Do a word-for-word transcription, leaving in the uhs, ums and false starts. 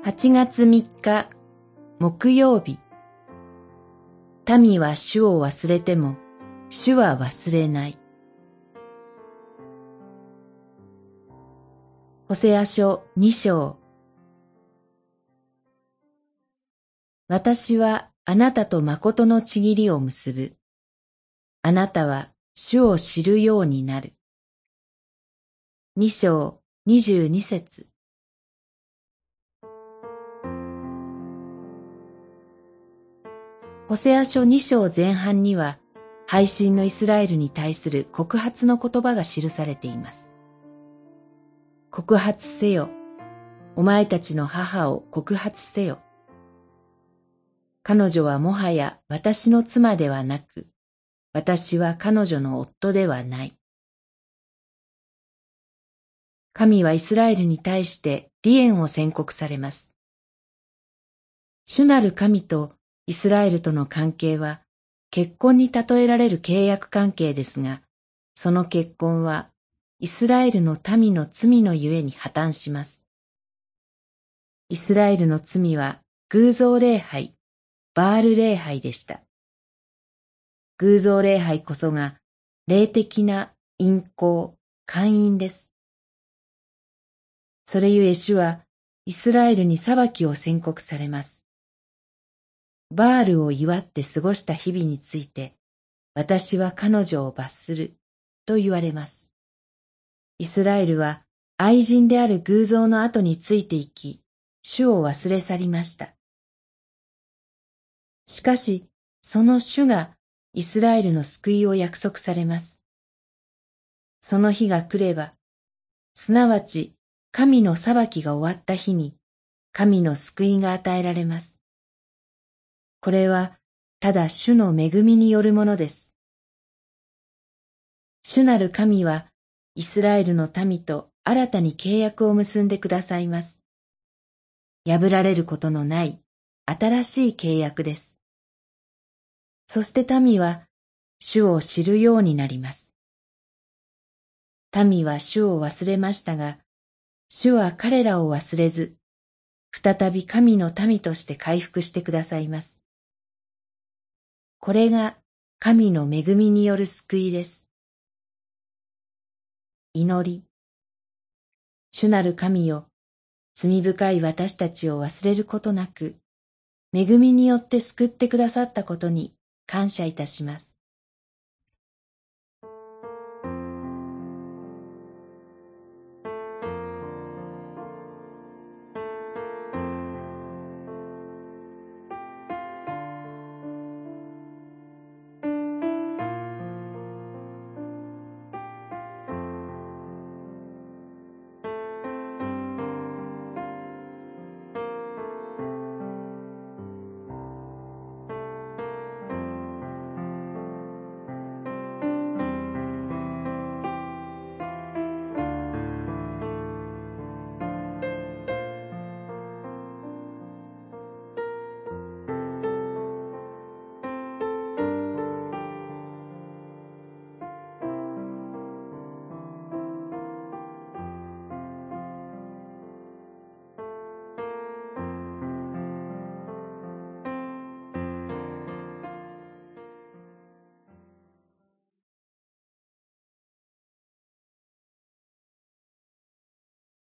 はちがつみっか木曜日。民は主を忘れても主は忘れない。ホセア書に章。私はあなたと誠の契りを結ぶ。あなたは主を知るようになる。に章にじゅうに節。ホセア書に章前半には、背信のイスラエルに対する告発の言葉が記されています。告発せよ。お前たちの母を告発せよ。彼女はもはや私の妻ではなく、私は彼女の夫ではない。神はイスラエルに対して離縁を宣告されます。主なる神とイスラエルとの関係は結婚に例えられる契約関係ですが、その結婚はイスラエルの民の罪のゆえに破綻します。イスラエルの罪は偶像礼拝、バール礼拝でした。偶像礼拝こそが霊的な淫行、姦淫です。それゆえ主はイスラエルに裁きを宣告されます。バールを祝って過ごした日々について、私は彼女を罰すると言われます。イスラエルは愛人である偶像の後についていき、主を忘れ去りました。しかし、その主がイスラエルの救いを約束されます。その日が来れば、すなわち神の裁きが終わった日に、神の救いが与えられます。これはただ主の恵みによるものです。主なる神はイスラエルの民と新たに契約を結んでくださいます。破られることのない新しい契約です。そして民は主を知るようになります。民は主を忘れましたが、主は彼らを忘れず、再び神の民として回復してくださいます。これが神の恵みによる救いです。祈り。主なる神よ、罪深い私たちを忘れることなく、恵みによって救ってくださったことに感謝いたします。